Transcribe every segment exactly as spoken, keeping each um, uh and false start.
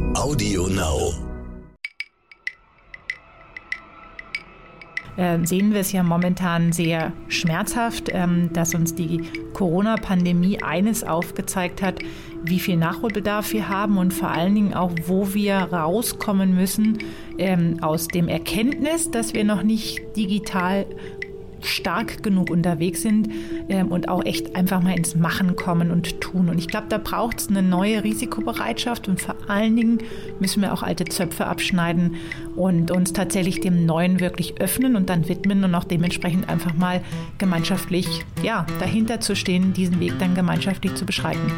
Audio Now. Äh, sehen wir es ja momentan sehr schmerzhaft, ähm, dass uns die Corona-Pandemie eines aufgezeigt hat, wie viel Nachholbedarf wir haben und vor allen Dingen auch, wo wir rauskommen müssen ähm, aus dem Erkenntnis, dass wir noch nicht digital stark genug unterwegs sind ähm, und auch echt einfach mal ins Machen kommen und tun. Und ich glaube, da braucht es eine neue Risikobereitschaft und vor allen Dingen müssen wir auch alte Zöpfe abschneiden und uns tatsächlich dem Neuen wirklich öffnen und dann widmen und auch dementsprechend einfach mal gemeinschaftlich ja, dahinter zu stehen, diesen Weg dann gemeinschaftlich zu beschreiten.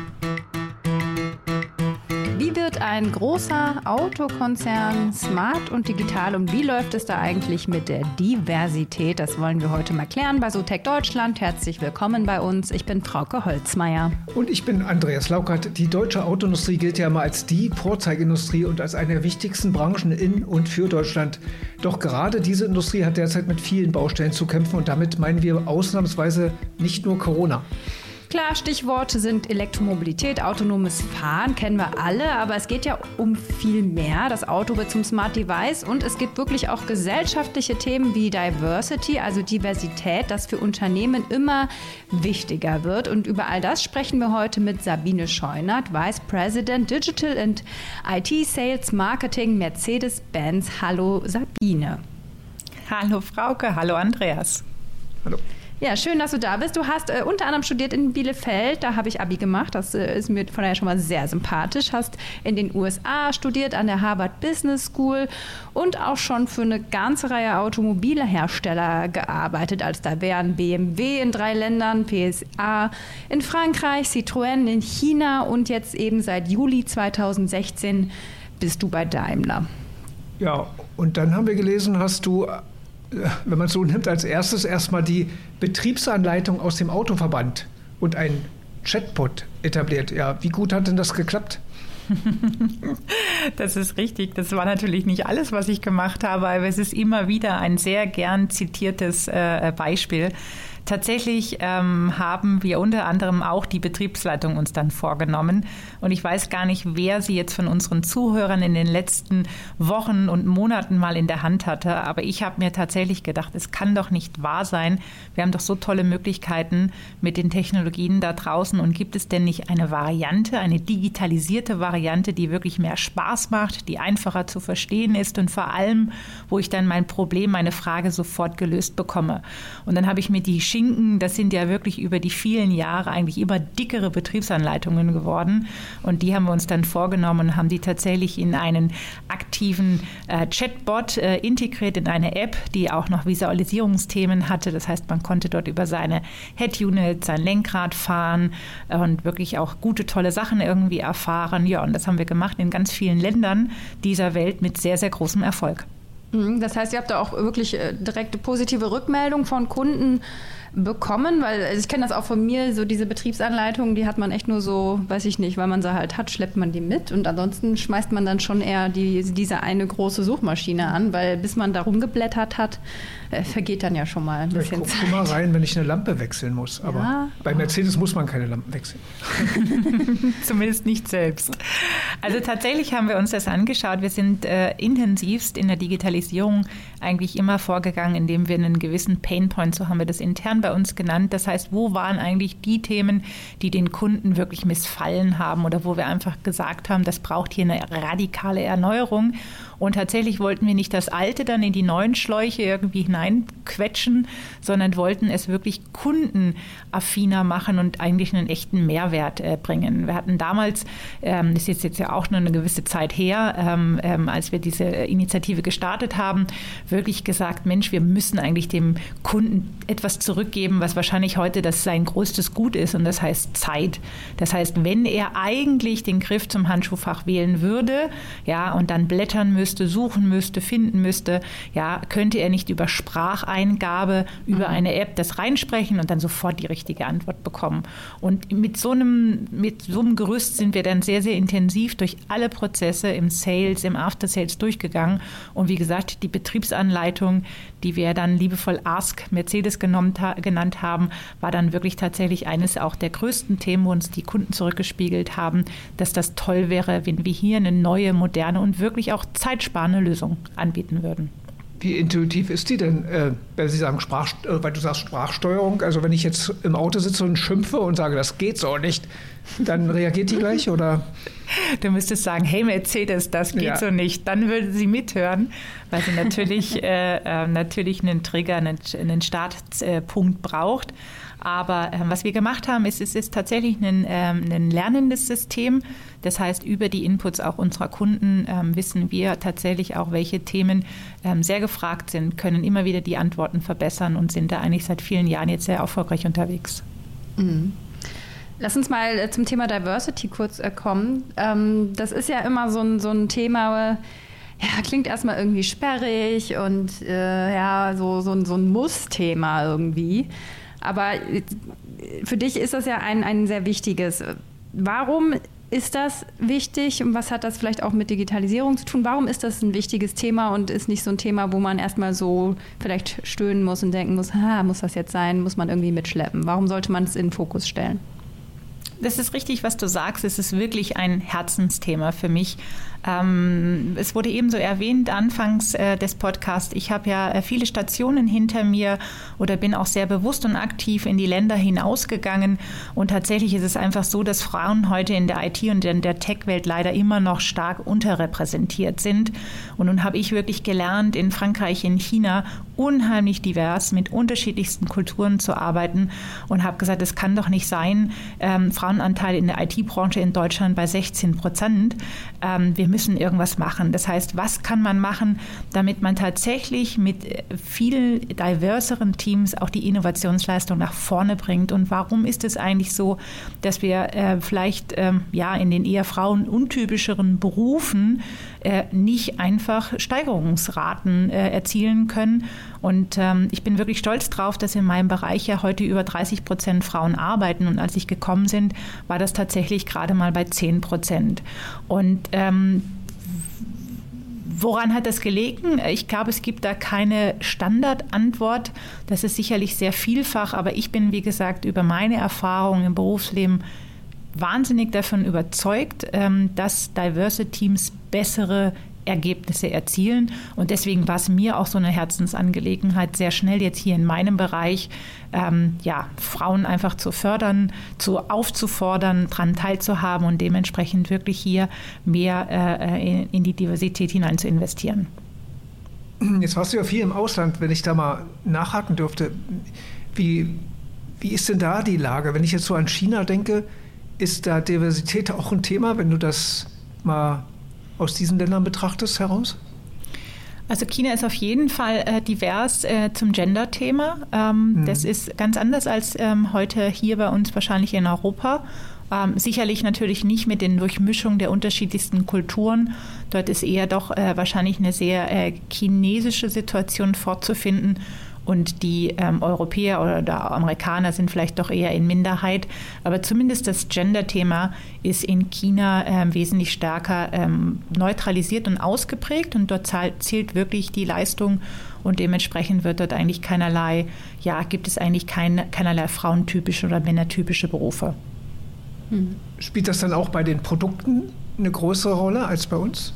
Wie wird ein großer Autokonzern smart und digital und wie läuft es da eigentlich mit der Diversität? Das wollen wir heute mal klären bei SoTech Deutschland. Herzlich willkommen bei uns. Ich bin Frauke Holzmeier. Und ich bin Andreas Laukert. Die deutsche Autoindustrie gilt ja mal als die Vorzeigeindustrie und als eine der wichtigsten Branchen in und für Deutschland. Doch gerade diese Industrie hat derzeit mit vielen Baustellen zu kämpfen und damit meinen wir ausnahmsweise nicht nur Corona. Klar, Stichworte sind Elektromobilität, autonomes Fahren, kennen wir alle, aber es geht ja um viel mehr. Das Auto wird zum Smart Device und es gibt wirklich auch gesellschaftliche Themen wie Diversity, also Diversität, das für Unternehmen immer wichtiger wird. Und über all das sprechen wir heute mit Sabine Scheunert, Vice President Digital and I T Sales Marketing Mercedes-Benz. Hallo Sabine. Hallo Frauke, hallo Andreas. Hallo. Ja, schön, dass du da bist. Du hast äh, unter anderem studiert in Bielefeld, da habe ich Abi gemacht, das äh, ist mir von daher schon mal sehr sympathisch. Hast in den U S A studiert, an der Harvard Business School und auch schon für eine ganze Reihe Automobilhersteller gearbeitet, als da wären B M W in drei Ländern, P S A in Frankreich, Citroën in China und jetzt eben seit Juli zweitausendsechzehn bist du bei Daimler. Ja, und dann haben wir gelesen, hast du, wenn man es so nimmt, als erstes erstmal die Betriebsanleitung aus dem Autoverband und ein Chatbot etabliert. Ja, wie gut hat denn das geklappt? Das ist richtig. Das war natürlich nicht alles, was ich gemacht habe, aber es ist immer wieder ein sehr gern zitiertes äh, Beispiel. Tatsächlich ähm, haben wir unter anderem auch die Betriebsleitung uns dann vorgenommen. Und ich weiß gar nicht, wer sie jetzt von unseren Zuhörern in den letzten Wochen und Monaten mal in der Hand hatte. Aber ich habe mir tatsächlich gedacht, es kann doch nicht wahr sein. Wir haben doch so tolle Möglichkeiten mit den Technologien da draußen. Und gibt es denn nicht eine Variante, eine digitalisierte Variante, die wirklich mehr Spaß macht, die einfacher zu verstehen ist und vor allem, wo ich dann mein Problem, meine Frage sofort gelöst bekomme. Und dann habe ich mir die Schinken, das sind ja wirklich über die vielen Jahre eigentlich immer dickere Betriebsanleitungen geworden. Und die haben wir uns dann vorgenommen und haben die tatsächlich in einen aktiven äh, Chatbot äh, integriert, in eine App, die auch noch Visualisierungsthemen hatte. Das heißt, man konnte dort über seine Head-Unit, sein Lenkrad fahren äh, und wirklich auch gute, tolle Sachen irgendwie erfahren. Ja, und das haben wir gemacht in ganz vielen Ländern dieser Welt mit sehr, sehr großem Erfolg. Das heißt, ihr habt da auch wirklich direkte positive Rückmeldungen von Kunden bekommen, weil also ich kenne das auch von mir, so diese Betriebsanleitungen, die hat man echt nur so, weiß ich nicht, weil man sie halt hat, schleppt man die mit und ansonsten schmeißt man dann schon eher die, diese eine große Suchmaschine an, weil bis man da rumgeblättert hat, äh, vergeht dann ja schon mal ein bisschen Zeit. Ich gucke mal rein, wenn ich eine Lampe wechseln muss, aber ja. Bei Mercedes muss man keine Lampen wechseln. Zumindest nicht selbst. Also tatsächlich haben wir uns das angeschaut. Wir sind äh, intensivst in der Digitalisierung eigentlich immer vorgegangen, indem wir einen gewissen Painpoint, so haben wir das intern bei uns genannt. Das heißt, wo waren eigentlich die Themen, die den Kunden wirklich missfallen haben oder wo wir einfach gesagt haben, das braucht hier eine radikale Erneuerung. Und tatsächlich wollten wir nicht das Alte dann in die neuen Schläuche irgendwie hineinquetschen, sondern wollten es wirklich kundenaffiner machen und eigentlich einen echten Mehrwert äh, bringen. Wir hatten damals, ähm, das ist jetzt ja auch nur eine gewisse Zeit her, ähm, ähm, als wir diese Initiative gestartet haben, wirklich gesagt, Mensch, wir müssen eigentlich dem Kunden etwas zurückgeben, was wahrscheinlich heute das sein größtes Gut ist, und das heißt Zeit. Das heißt, wenn er eigentlich den Griff zum Handschuhfach wählen würde, ja, und dann blättern müsste, suchen müsste, finden müsste, ja, könnte er nicht über Spracheingabe, über eine App das reinsprechen und dann sofort die richtige Antwort bekommen. Und mit so einem, mit so einem Gerüst sind wir dann sehr, sehr intensiv durch alle Prozesse im Sales, im After-Sales durchgegangen. Und wie gesagt, die Betriebsanleitung, die wir dann liebevoll Ask Mercedes genommen, genannt haben, war dann wirklich tatsächlich eines auch der größten Themen, wo uns die Kunden zurückgespiegelt haben, dass das toll wäre, wenn wir hier eine neue, moderne und wirklich auch zeitsparende Lösung anbieten würden. Wie intuitiv ist die denn, äh, wenn Sie sagen, Sprach, äh, weil du sagst Sprachsteuerung, also wenn ich jetzt im Auto sitze und schimpfe und sage, das geht so nicht, dann reagiert die gleich, oder? Du müsstest sagen, hey Mercedes, das geht ja. so nicht. Dann würde sie mithören, weil sie natürlich, äh, äh, natürlich einen Trigger, einen, einen Startpunkt braucht. Aber äh, was wir gemacht haben, ist, es ist tatsächlich ein, ähm, ein lernendes System. Das heißt, über die Inputs auch unserer Kunden ähm, wissen wir tatsächlich auch, welche Themen ähm, sehr gefragt sind, können immer wieder die Antworten verbessern und sind da eigentlich seit vielen Jahren jetzt sehr erfolgreich unterwegs. Mhm. Lass uns mal zum Thema Diversity kurz äh, kommen. Ähm, das ist ja immer so ein, so ein Thema, ja, klingt erstmal irgendwie sperrig und äh, ja, so, so, so ein Muss-Thema irgendwie. Aber für dich ist das ja ein, ein sehr wichtiges. Warum ist das wichtig und was hat das vielleicht auch mit Digitalisierung zu tun? Warum ist das ein wichtiges Thema und ist nicht so ein Thema, wo man erstmal so vielleicht stöhnen muss und denken muss, ha, muss das jetzt sein, muss man irgendwie mitschleppen? Warum sollte man es in den Fokus stellen? Das ist richtig, was du sagst. Es ist wirklich ein Herzensthema für mich. Ähm, es wurde ebenso erwähnt anfangs äh, des Podcasts. Ich habe ja äh, viele Stationen hinter mir oder bin auch sehr bewusst und aktiv in die Länder hinausgegangen. Und tatsächlich ist es einfach so, dass Frauen heute in der I T und in der Tech-Welt leider immer noch stark unterrepräsentiert sind. Und nun habe ich wirklich gelernt, in Frankreich, in China unheimlich divers mit unterschiedlichsten Kulturen zu arbeiten und habe gesagt, es kann doch nicht sein, ähm, Frauenanteil in der I T-Branche in Deutschland bei sechzehn Prozent. Ähm, wir müssen irgendwas machen. Das heißt, was kann man machen, damit man tatsächlich mit viel diverseren Teams auch die Innovationsleistung nach vorne bringt? Und warum ist es eigentlich so, dass wir äh, vielleicht ähm, ja in den eher frauenuntypischeren Berufen äh, nicht einfach Steigerungsraten äh, erzielen können? Und ähm, ich bin wirklich stolz drauf, dass in meinem Bereich ja heute über dreißig Prozent Frauen arbeiten. Und als ich gekommen bin, war das tatsächlich gerade mal bei zehn Prozent. Und ähm, woran hat das gelegen? Ich glaube, es gibt da keine Standardantwort. Das ist sicherlich sehr vielfach. Aber ich bin, wie gesagt, über meine Erfahrungen im Berufsleben wahnsinnig davon überzeugt, ähm, dass diverse Teams bessere Ergebnisse erzielen. Und deswegen war es mir auch so eine Herzensangelegenheit, sehr schnell jetzt hier in meinem Bereich ähm, ja, Frauen einfach zu fördern, zu aufzufordern, daran teilzuhaben und dementsprechend wirklich hier mehr äh, in, in die Diversität hinein zu investieren. Jetzt warst du ja viel im Ausland, wenn ich da mal nachhaken dürfte. Wie, wie ist denn da die Lage? Wenn ich jetzt so an China denke, ist da Diversität auch ein Thema, wenn du das mal aus diesen Ländern betrachtest heraus? Also China ist auf jeden Fall äh, divers äh, zum Gender-Thema. Ähm, mhm. Das ist ganz anders als ähm, heute hier bei uns wahrscheinlich in Europa. Ähm, sicherlich natürlich nicht mit den Durchmischungen der unterschiedlichsten Kulturen. Dort ist eher doch äh, wahrscheinlich eine sehr äh, chinesische Situation vorzufinden. Und die ähm, Europäer oder Amerikaner sind vielleicht doch eher in Minderheit. Aber zumindest das Gender-Thema ist in China ähm, wesentlich stärker ähm, neutralisiert und ausgeprägt. Und dort zählt wirklich die Leistung. Und dementsprechend wird dort eigentlich keinerlei, ja, gibt es eigentlich kein, keinerlei frauentypische oder männertypische Berufe. Hm. Spielt das dann auch bei den Produkten eine größere Rolle als bei uns?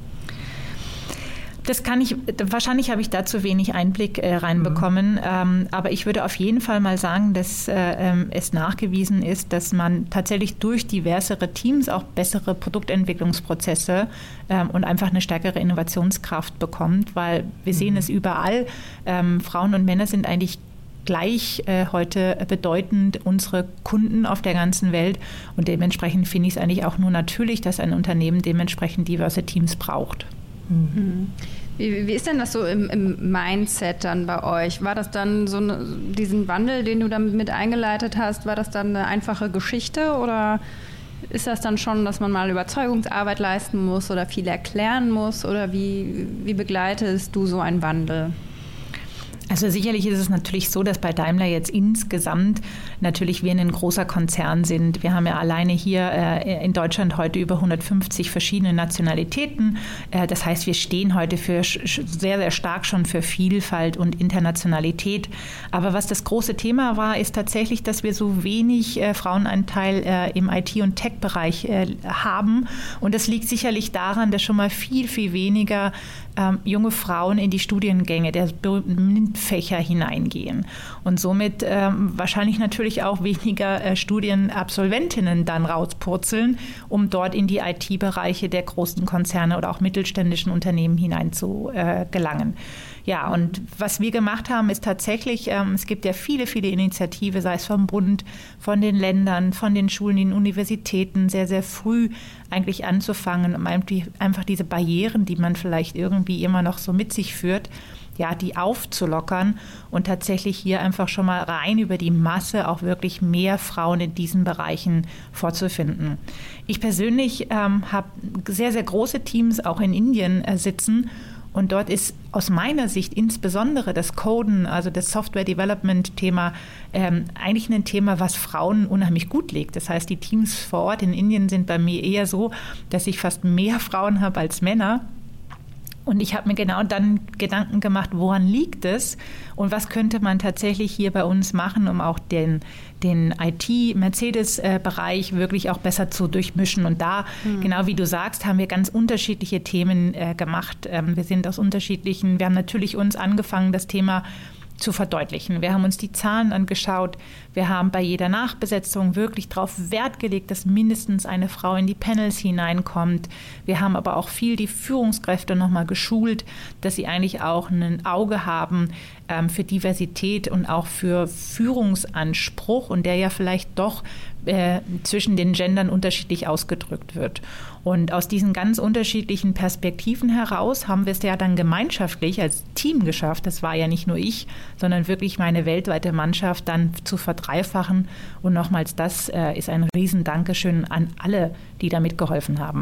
Das kann ich, wahrscheinlich habe ich da zu wenig Einblick äh, reinbekommen, mhm. ähm, aber ich würde auf jeden Fall mal sagen, dass äh, ähm, es nachgewiesen ist, dass man tatsächlich durch diversere Teams auch bessere Produktentwicklungsprozesse ähm, und einfach eine stärkere Innovationskraft bekommt, weil wir mhm. sehen es überall, ähm, Frauen und Männer sind eigentlich gleich äh, heute bedeutend unsere Kunden auf der ganzen Welt und dementsprechend finde ich es eigentlich auch nur natürlich, dass ein Unternehmen dementsprechend diverse Teams braucht. Mhm. Wie, wie ist denn das so im, im Mindset dann bei euch? War das dann so eine, diesen Wandel, den du dann mit eingeleitet hast, war das dann eine einfache Geschichte oder ist das dann schon, dass man mal Überzeugungsarbeit leisten muss oder viel erklären muss oder wie, wie begleitest du so einen Wandel? Also sicherlich ist es natürlich so, dass bei Daimler jetzt insgesamt natürlich wir ein großer Konzern sind. Wir haben ja alleine hier äh, in Deutschland heute über hundertfünfzig verschiedene Nationalitäten. Äh, das heißt, wir stehen heute für sehr, sehr stark schon für Vielfalt und Internationalität. Aber was das große Thema war, ist tatsächlich, dass wir so wenig äh, Frauenanteil äh, im I T- und Tech-Bereich äh, haben. Und das liegt sicherlich daran, dass schon mal viel, viel weniger ähm, junge Frauen in die Studiengänge der Fächer hineingehen und somit ähm, wahrscheinlich natürlich auch weniger äh, Studienabsolventinnen dann rauspurzeln, um dort in die I T-Bereiche der großen Konzerne oder auch mittelständischen Unternehmen hinein zu äh, gelangen. Ja, und was wir gemacht haben, ist tatsächlich, ähm, es gibt ja viele, viele Initiativen, sei es vom Bund, von den Ländern, von den Schulen, den Universitäten, sehr, sehr früh eigentlich anzufangen, um einfach diese Barrieren, die man vielleicht irgendwie immer noch so mit sich führt, ja, die aufzulockern und tatsächlich hier einfach schon mal rein über die Masse auch wirklich mehr Frauen in diesen Bereichen vorzufinden. Ich persönlich ähm, habe sehr, sehr große Teams auch in Indien äh, sitzen und dort ist aus meiner Sicht insbesondere das Coden, also das Software-Development-Thema, ähm, eigentlich ein Thema, was Frauen unheimlich gut liegt. Das heißt, die Teams vor Ort in Indien sind bei mir eher so, dass ich fast mehr Frauen habe als Männer. Und ich habe mir genau dann Gedanken gemacht, woran liegt es und was könnte man tatsächlich hier bei uns machen, um auch den, den I T-Mercedes-Bereich wirklich auch besser zu durchmischen. Und da, mhm. genau wie du sagst, haben wir ganz unterschiedliche Themen äh, gemacht. Ähm, wir sind aus unterschiedlichen, wir haben natürlich uns angefangen, das Thema zu verdeutlichen. Wir haben uns die Zahlen angeschaut. Wir haben bei jeder Nachbesetzung wirklich darauf Wert gelegt, dass mindestens eine Frau in die Panels hineinkommt. Wir haben aber auch viel die Führungskräfte nochmal geschult, dass sie eigentlich auch ein Auge haben ähm, für Diversität und auch für Führungsanspruch und der ja vielleicht doch äh, zwischen den Gendern unterschiedlich ausgedrückt wird. Und aus diesen ganz unterschiedlichen Perspektiven heraus haben wir es ja dann gemeinschaftlich als Team geschafft, das war ja nicht nur ich, sondern wirklich meine weltweite Mannschaft dann zu verdreifachen. Und nochmals, das äh, ist ein Riesen-Dankeschön an alle, die da mitgeholfen haben.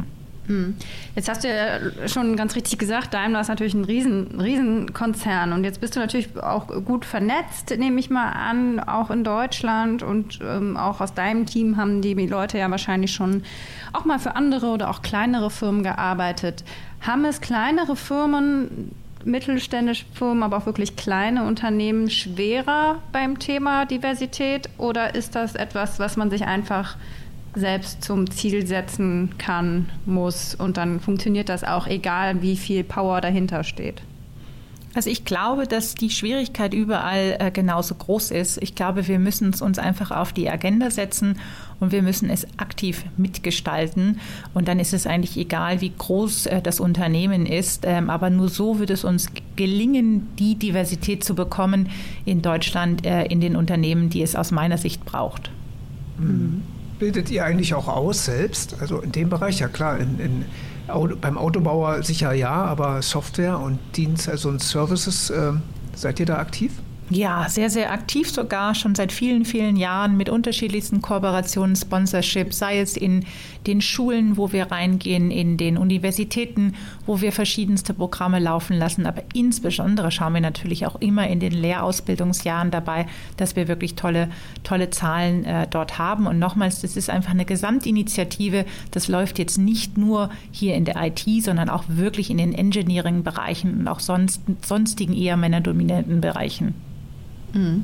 Jetzt hast du ja schon ganz richtig gesagt, Daimler ist natürlich ein riesen, riesen Konzern und jetzt bist du natürlich auch gut vernetzt, nehme ich mal an, auch in Deutschland und ähm, auch aus deinem Team haben die Leute ja wahrscheinlich schon auch mal für andere oder auch kleinere Firmen gearbeitet. Haben es kleinere Firmen, mittelständische Firmen, aber auch wirklich kleine Unternehmen schwerer beim Thema Diversität oder ist das etwas, was man sich einfach selbst zum Ziel setzen kann, muss und dann funktioniert das auch, egal wie viel Power dahinter steht? Also ich glaube, dass die Schwierigkeit überall äh, genauso groß ist. Ich glaube, wir müssen es uns einfach auf die Agenda setzen und wir müssen es aktiv mitgestalten. Und dann ist es eigentlich egal, wie groß äh, das Unternehmen ist. Ähm, aber nur so wird es uns gelingen, die Diversität zu bekommen in Deutschland, äh, in den Unternehmen, die es aus meiner Sicht braucht. Mhm. Bildet ihr eigentlich auch aus selbst? Also in dem Bereich, ja klar, in, in Auto, beim Autobauer sicher ja, aber Software und Dienst, also und Services, äh, seid ihr da aktiv? Ja, sehr, sehr aktiv sogar, schon seit vielen, vielen Jahren mit unterschiedlichsten Kooperationen, Sponsorships, sei es in den Schulen, wo wir reingehen, in den Universitäten, wo wir verschiedenste Programme laufen lassen. Aber insbesondere schauen wir natürlich auch immer in den Lehrausbildungsjahren dabei, dass wir wirklich tolle, tolle Zahlen äh, dort haben. Und nochmals, das ist einfach eine Gesamtinitiative. Das läuft jetzt nicht nur hier in der I T, sondern auch wirklich in den Engineering-Bereichen und auch sonst, sonstigen eher männerdominierten Bereichen. Mhm.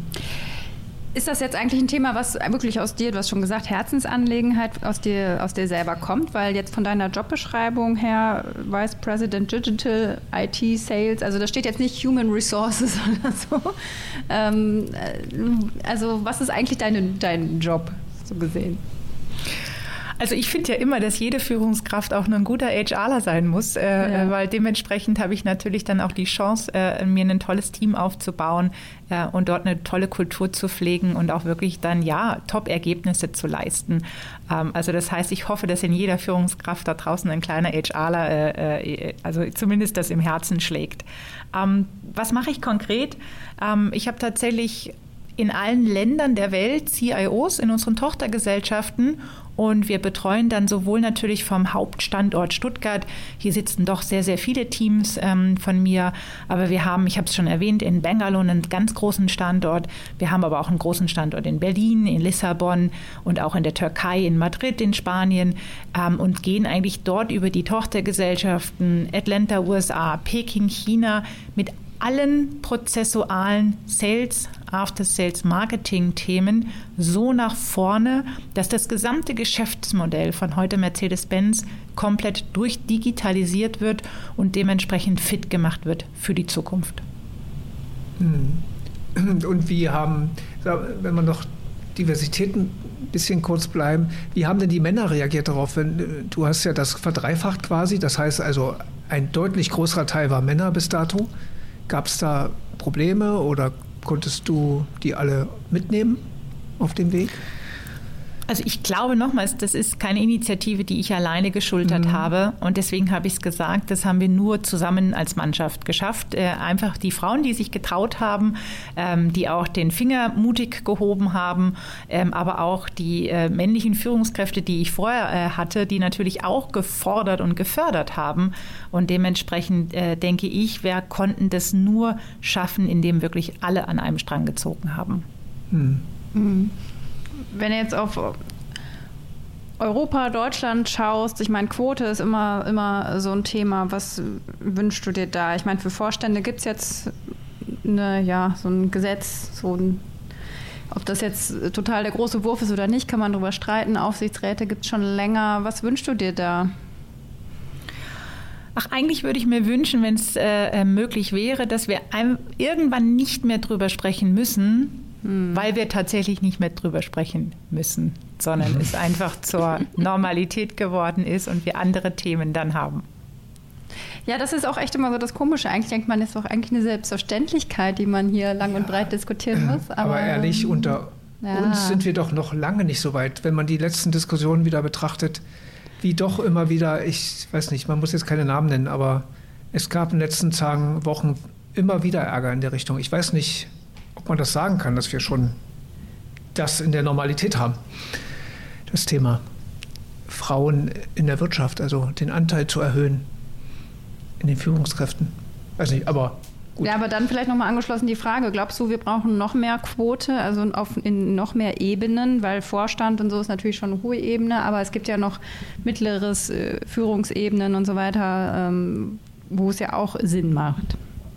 Ist das jetzt eigentlich ein Thema, was wirklich aus dir, du hast schon gesagt, Herzensangelegenheit aus dir, aus dir selber kommt? Weil jetzt von deiner Jobbeschreibung her, Vice President Digital, I T, Sales, also da steht jetzt nicht Human Resources oder so. Ähm, also was ist eigentlich deine, dein Job, so gesehen? Also ich finde ja immer, dass jede Führungskraft auch nur ein guter HRler sein muss, äh, ja. weil dementsprechend habe ich natürlich dann auch die Chance, äh, mir ein tolles Team aufzubauen äh, und dort eine tolle Kultur zu pflegen und auch wirklich dann, ja, Top-Ergebnisse zu leisten. Ähm, also das heißt, ich hoffe, dass in jeder Führungskraft da draußen ein kleiner HRler, äh, äh, also zumindest das im Herzen schlägt. Ähm, was mache ich konkret? Ähm, ich habe tatsächlich in allen Ländern der Welt C I Os in unseren Tochtergesellschaften. Und wir betreuen dann sowohl natürlich vom Hauptstandort Stuttgart, hier sitzen doch sehr, sehr viele Teams ähm, von mir, aber wir haben, ich habe es schon erwähnt, in Bangalore einen ganz großen Standort. Wir haben aber auch einen großen Standort in Berlin, in Lissabon und auch in der Türkei, in Madrid, in Spanien ähm, und gehen eigentlich dort über die Tochtergesellschaften Atlanta, U S A, Peking, China mit allen prozessualen Sales, After-Sales-Marketing-Themen so nach vorne, dass das gesamte Geschäftsmodell von heute Mercedes-Benz komplett durchdigitalisiert wird und dementsprechend fit gemacht wird für die Zukunft. Und wie haben, wenn man noch Diversität ein bisschen kurz bleiben, wie haben denn die Männer reagiert darauf? Wenn, du hast ja das verdreifacht quasi, das heißt also, ein deutlich größerer Teil war Männer bis dato. Gab es da Probleme oder konntest du die alle mitnehmen auf dem Weg? Also ich glaube nochmals, das ist keine Initiative, die ich alleine geschultert mhm. habe. Und deswegen habe ich es gesagt, das haben wir nur zusammen als Mannschaft geschafft. Äh, einfach die Frauen, die sich getraut haben, ähm, die auch den Finger mutig gehoben haben, ähm, aber auch die äh, männlichen Führungskräfte, die ich vorher äh, hatte, die natürlich auch gefordert und gefördert haben. Und dementsprechend äh, denke ich, wir konnten das nur schaffen, indem wirklich alle an einem Strang gezogen haben. Mhm. Mhm. Wenn du jetzt auf Europa, Deutschland schaust, ich meine, Quote ist immer, immer so ein Thema. Was wünschst du dir da? Ich meine, für Vorstände gibt es jetzt eine, ja, so ein Gesetz, so ein, ob das jetzt total der große Wurf ist oder nicht, kann man darüber streiten. Aufsichtsräte gibt es schon länger. Was wünschst du dir da? Ach, eigentlich würde ich mir wünschen, wenn es äh, möglich wäre, dass wir irgendwann nicht mehr drüber sprechen müssen, hm. weil wir tatsächlich nicht mehr drüber sprechen müssen, sondern es einfach zur Normalität geworden ist und wir andere Themen dann haben. Ja, das ist auch echt immer so das Komische. Eigentlich denkt man, das ist doch eigentlich eine Selbstverständlichkeit, die man hier lang und breit diskutieren muss. Aber, aber ehrlich, unter ja. uns sind wir doch noch lange nicht so weit, wenn man die letzten Diskussionen wieder betrachtet, wie doch immer wieder, ich weiß nicht, man muss jetzt keine Namen nennen, aber es gab in den letzten Tagen, Wochen immer wieder Ärger in der Richtung. Ich weiß nicht, ob man das sagen kann, dass wir schon das in der Normalität haben. Das Thema Frauen in der Wirtschaft, also den Anteil zu erhöhen in den Führungskräften. Weiß nicht, aber gut. Ja, aber dann vielleicht nochmal angeschlossen die Frage, glaubst du, wir brauchen noch mehr Quote, also auf, in noch mehr Ebenen, weil Vorstand und so ist natürlich schon eine hohe Ebene, aber es gibt ja noch mittleres äh, Führungsebenen und so weiter, ähm, wo es ja auch Sinn macht.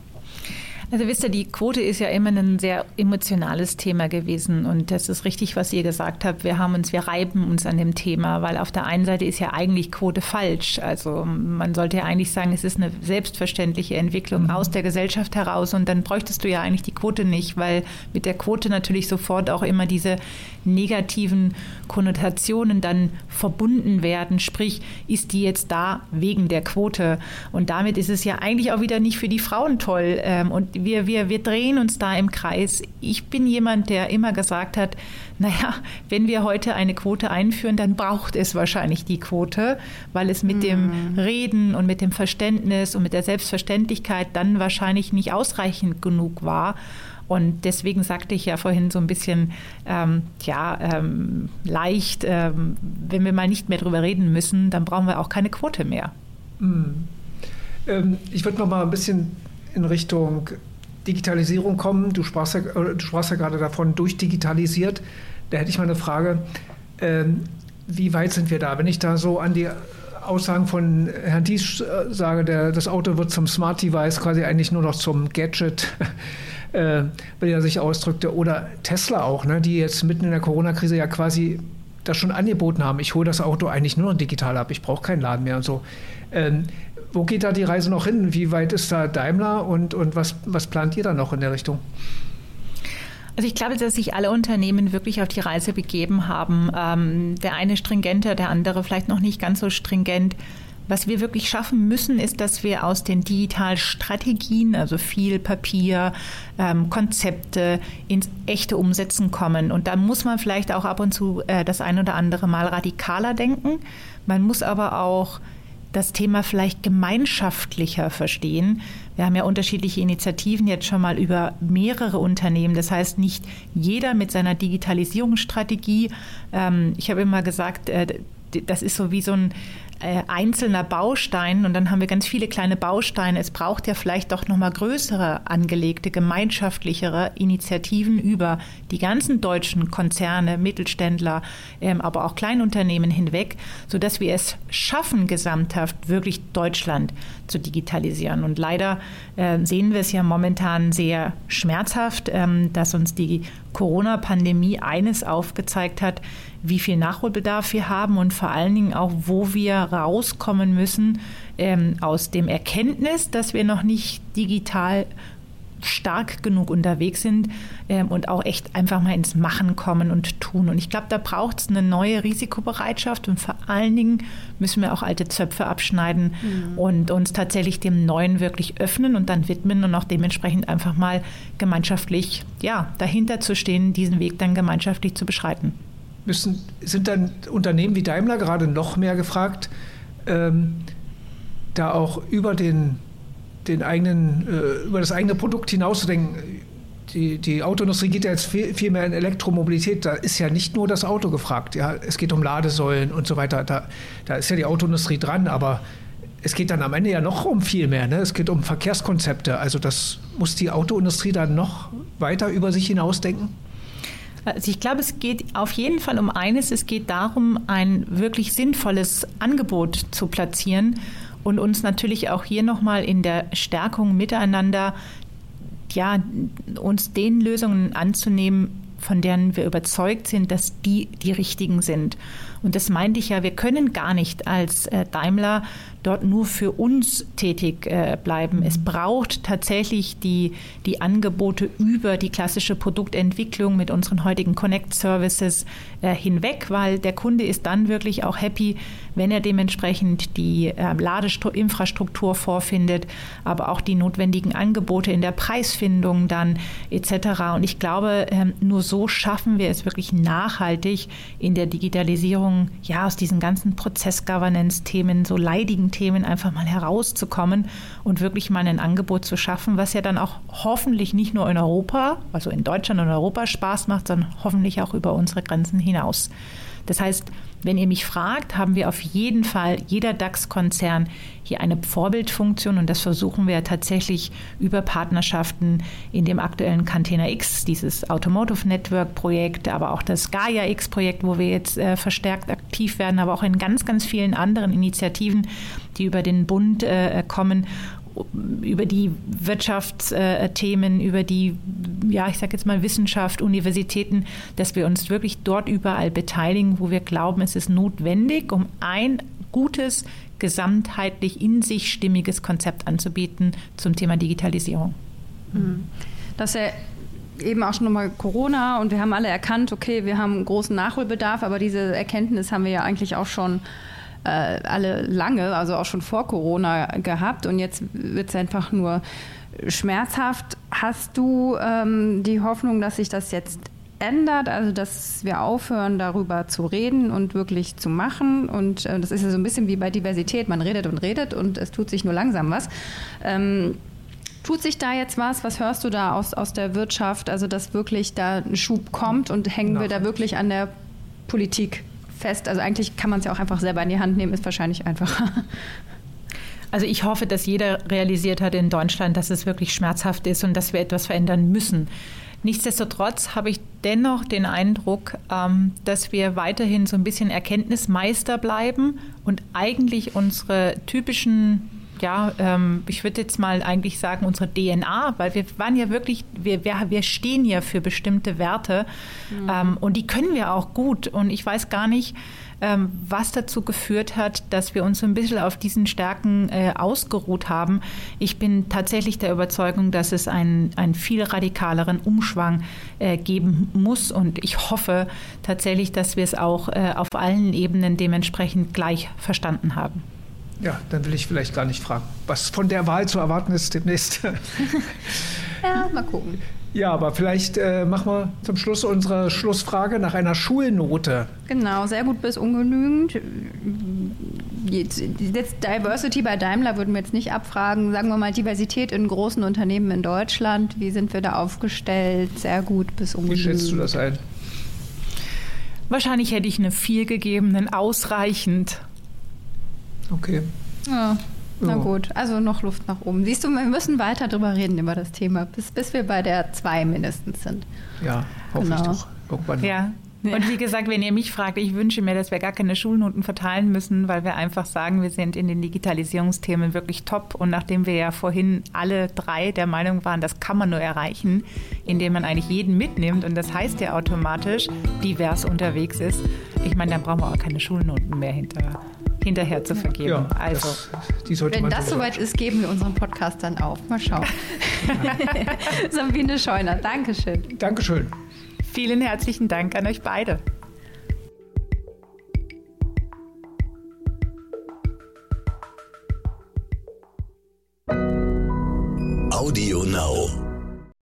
Also wisst ihr, die Quote ist ja immer ein sehr emotionales Thema gewesen und das ist richtig, was ihr gesagt habt. Wir haben uns, wir reiben uns an dem Thema, weil auf der einen Seite ist ja eigentlich Quote falsch. Also man sollte ja eigentlich sagen, es ist eine selbstverständliche Entwicklung mhm. aus der Gesellschaft heraus und dann bräuchtest du ja eigentlich die Quote nicht, weil mit der Quote natürlich sofort auch immer diese negativen Konnotationen dann verbunden werden. Sprich, ist die jetzt da wegen der Quote? Und damit ist es ja eigentlich auch wieder nicht für die Frauen toll. Und wir, wir, wir drehen uns da im Kreis. Ich bin jemand, der immer gesagt hat, naja, wenn wir heute eine Quote einführen, dann braucht es wahrscheinlich die Quote, weil es mit mm. dem Reden und mit dem Verständnis und mit der Selbstverständlichkeit dann wahrscheinlich nicht ausreichend genug war. Und deswegen sagte ich ja vorhin so ein bisschen, ähm, ja, ähm, leicht, ähm, wenn wir mal nicht mehr drüber reden müssen, dann brauchen wir auch keine Quote mehr. Mhm. Ähm, ich würde noch mal ein bisschen in Richtung Digitalisierung kommen. Du sprachst ja, du sprachst ja gerade davon, durchdigitalisiert. Da hätte ich mal eine Frage, ähm, wie weit sind wir da? Wenn ich da so an die Aussagen von Herrn Dies sage, der, das Auto wird zum Smart Device, quasi eigentlich nur noch zum Gadget, äh, wie er sich ausdrückte. Oder Tesla auch, ne, die jetzt mitten in der Corona-Krise ja quasi das schon angeboten haben. Ich hole das Auto eigentlich nur noch digital ab, ich brauche keinen Laden mehr und so. Ähm, wo geht da die Reise noch hin? Wie weit ist da Daimler und, und was, was plant ihr da noch in der Richtung? Also ich glaube, dass sich alle Unternehmen wirklich auf die Reise begeben haben. Ähm, der eine stringenter, der andere vielleicht noch nicht ganz so stringent. Was wir wirklich schaffen müssen, ist, dass wir aus den Digitalstrategien, also viel Papier, ähm, Konzepte, ins echte Umsetzen kommen. Und da muss man vielleicht auch ab und zu äh, das ein oder andere Mal radikaler denken. Man muss aber auch das Thema vielleicht gemeinschaftlicher verstehen. Wir haben ja unterschiedliche Initiativen jetzt schon mal über mehrere Unternehmen. Das heißt, nicht jeder mit seiner Digitalisierungsstrategie. Ähm, ich habe immer gesagt, äh, das ist so wie so ein äh, einzelner Baustein und dann haben wir ganz viele kleine Bausteine. Es braucht ja vielleicht doch nochmal größere angelegte, gemeinschaftlichere Initiativen über die ganzen deutschen Konzerne, Mittelständler, ähm, aber auch Kleinunternehmen hinweg, sodass wir es schaffen, gesamthaft wirklich Deutschland zu digitalisieren. Und leider äh, sehen wir es ja momentan sehr schmerzhaft, ähm, dass uns die Corona-Pandemie eines aufgezeigt hat, wie viel Nachholbedarf wir haben und vor allen Dingen auch, wo wir rauskommen müssen ähm, aus dem Erkenntnis, dass wir noch nicht digital stark genug unterwegs sind ähm, und auch echt einfach mal ins Machen kommen und tun. Und ich glaube, da braucht es eine neue Risikobereitschaft und vor allen Dingen müssen wir auch alte Zöpfe abschneiden mhm. und uns tatsächlich dem Neuen wirklich öffnen und dann widmen und auch dementsprechend einfach mal gemeinschaftlich ja, dahinter zu stehen, diesen Weg dann gemeinschaftlich zu beschreiten. Müssen, sind dann Unternehmen wie Daimler gerade noch mehr gefragt, ähm, da auch über den, den eigenen, äh, über das eigene Produkt hinauszudenken? Die, die Autoindustrie geht ja jetzt viel, viel mehr in Elektromobilität. Da ist ja nicht nur das Auto gefragt. Ja, es geht um Ladesäulen und so weiter. Da, da ist ja die Autoindustrie dran, aber es geht dann am Ende ja noch um viel mehr. Ne? Es geht um Verkehrskonzepte. Also das muss die Autoindustrie dann noch weiter über sich hinausdenken? Also ich glaube, es geht auf jeden Fall um eines. Es geht darum, ein wirklich sinnvolles Angebot zu platzieren und uns natürlich auch hier nochmal in der Stärkung miteinander, ja, uns den Lösungen anzunehmen, von denen wir überzeugt sind, dass die die richtigen sind. Und das meinte ich ja, wir können gar nicht als äh, Daimler dort nur für uns tätig äh, bleiben. Es braucht tatsächlich die, die Angebote über die klassische Produktentwicklung mit unseren heutigen Connect-Services äh, hinweg, weil der Kunde ist dann wirklich auch happy, wenn er dementsprechend die äh, Ladeinfrastruktur vorfindet, aber auch die notwendigen Angebote in der Preisfindung dann et cetera. Und ich glaube, äh, nur so schaffen wir es wirklich nachhaltig in der Digitalisierung, ja, aus diesen ganzen Prozess-Governance-Themen, so leidigen Themen einfach mal herauszukommen und wirklich mal ein Angebot zu schaffen, was ja dann auch hoffentlich nicht nur in Europa, also in Deutschland und Europa Spaß macht, sondern hoffentlich auch über unsere Grenzen hinaus. Das heißt, wenn ihr mich fragt, haben wir auf jeden Fall, jeder DAX-Konzern hier eine Vorbildfunktion und das versuchen wir tatsächlich über Partnerschaften in dem aktuellen Container X, dieses Automotive Network Projekt, aber auch das Gaia X Projekt, wo wir jetzt äh, verstärkt aktiv werden, aber auch in ganz, ganz vielen anderen Initiativen, die über den Bund äh, kommen, über die Wirtschaftsthemen, über die, ja, ich sage jetzt mal Wissenschaft, Universitäten, dass wir uns wirklich dort überall beteiligen, wo wir glauben, es ist notwendig, um ein gutes, gesamtheitlich in sich stimmiges Konzept anzubieten zum Thema Digitalisierung. Das ist ja eben auch schon nochmal Corona und wir haben alle erkannt, okay, wir haben großen Nachholbedarf, aber diese Erkenntnis haben wir ja eigentlich auch schon alle lange, also auch schon vor Corona gehabt und jetzt wird es einfach nur schmerzhaft. Hast du ähm, die Hoffnung, dass sich das jetzt ändert, also dass wir aufhören, darüber zu reden und wirklich zu machen? Und äh, das ist ja so ein bisschen wie bei Diversität, man redet und redet und es tut sich nur langsam was. Ähm, Tut sich da jetzt was? Was hörst du da aus, aus der Wirtschaft? Also dass wirklich da ein Schub kommt und hängen wir da wirklich an der Politik fest? Also eigentlich kann man es ja auch einfach selber in die Hand nehmen, ist wahrscheinlich einfacher. Also ich hoffe, dass jeder realisiert hat in Deutschland, dass es wirklich schmerzhaft ist und dass wir etwas verändern müssen. Nichtsdestotrotz habe ich dennoch den Eindruck, dass wir weiterhin so ein bisschen Erkenntnismeister bleiben und eigentlich unsere typischen, ja, ich würde jetzt mal eigentlich sagen, unsere D N A, weil wir waren ja wirklich, wir, wir, wir stehen ja für bestimmte Werte mhm. und die können wir auch gut. Und ich weiß gar nicht, was dazu geführt hat, dass wir uns so ein bisschen auf diesen Stärken äh, ausgeruht haben. Ich bin tatsächlich der Überzeugung, dass es einen, einen viel radikaleren Umschwung äh, geben muss und ich hoffe tatsächlich, dass wir es auch äh, auf allen Ebenen dementsprechend gleich verstanden haben. Ja, dann will ich vielleicht gar nicht fragen, was von der Wahl zu erwarten ist demnächst. Ja, mal gucken. Ja, aber vielleicht äh, machen wir zum Schluss unsere Schlussfrage nach einer Schulnote. Genau, sehr gut bis ungenügend. Jetzt, jetzt Diversity bei Daimler würden wir jetzt nicht abfragen. Sagen wir mal Diversität in großen Unternehmen in Deutschland. Wie sind wir da aufgestellt? Sehr gut bis ungenügend. Wie schätzt du das ein? Wahrscheinlich hätte ich eine vier gegeben, einen ausreichend. Okay. Ja. Na Ja. gut, also noch Luft nach oben. Siehst du, wir müssen weiter drüber reden über das Thema, bis, bis wir bei der zwei mindestens sind. Ja, hoffe Genau. ich doch. Irgendwann. Ja. Und wie gesagt, wenn ihr mich fragt, ich wünsche mir, dass wir gar keine Schulnoten verteilen müssen, weil wir einfach sagen, wir sind in den Digitalisierungsthemen wirklich top. Und nachdem wir ja vorhin alle drei der Meinung waren, das kann man nur erreichen, indem man eigentlich jeden mitnimmt. Und das heißt ja automatisch, divers unterwegs ist. Ich meine, dann brauchen wir auch keine Schulnoten mehr hinter, hinterher zu vergeben. Ja, also. das, die sollte Wenn man das so soweit ist, geben wir unseren Podcast dann auf. Mal schauen. Sabine Scheuner, Dankeschön. Dankeschön. Vielen herzlichen Dank an euch beide. Audio Now.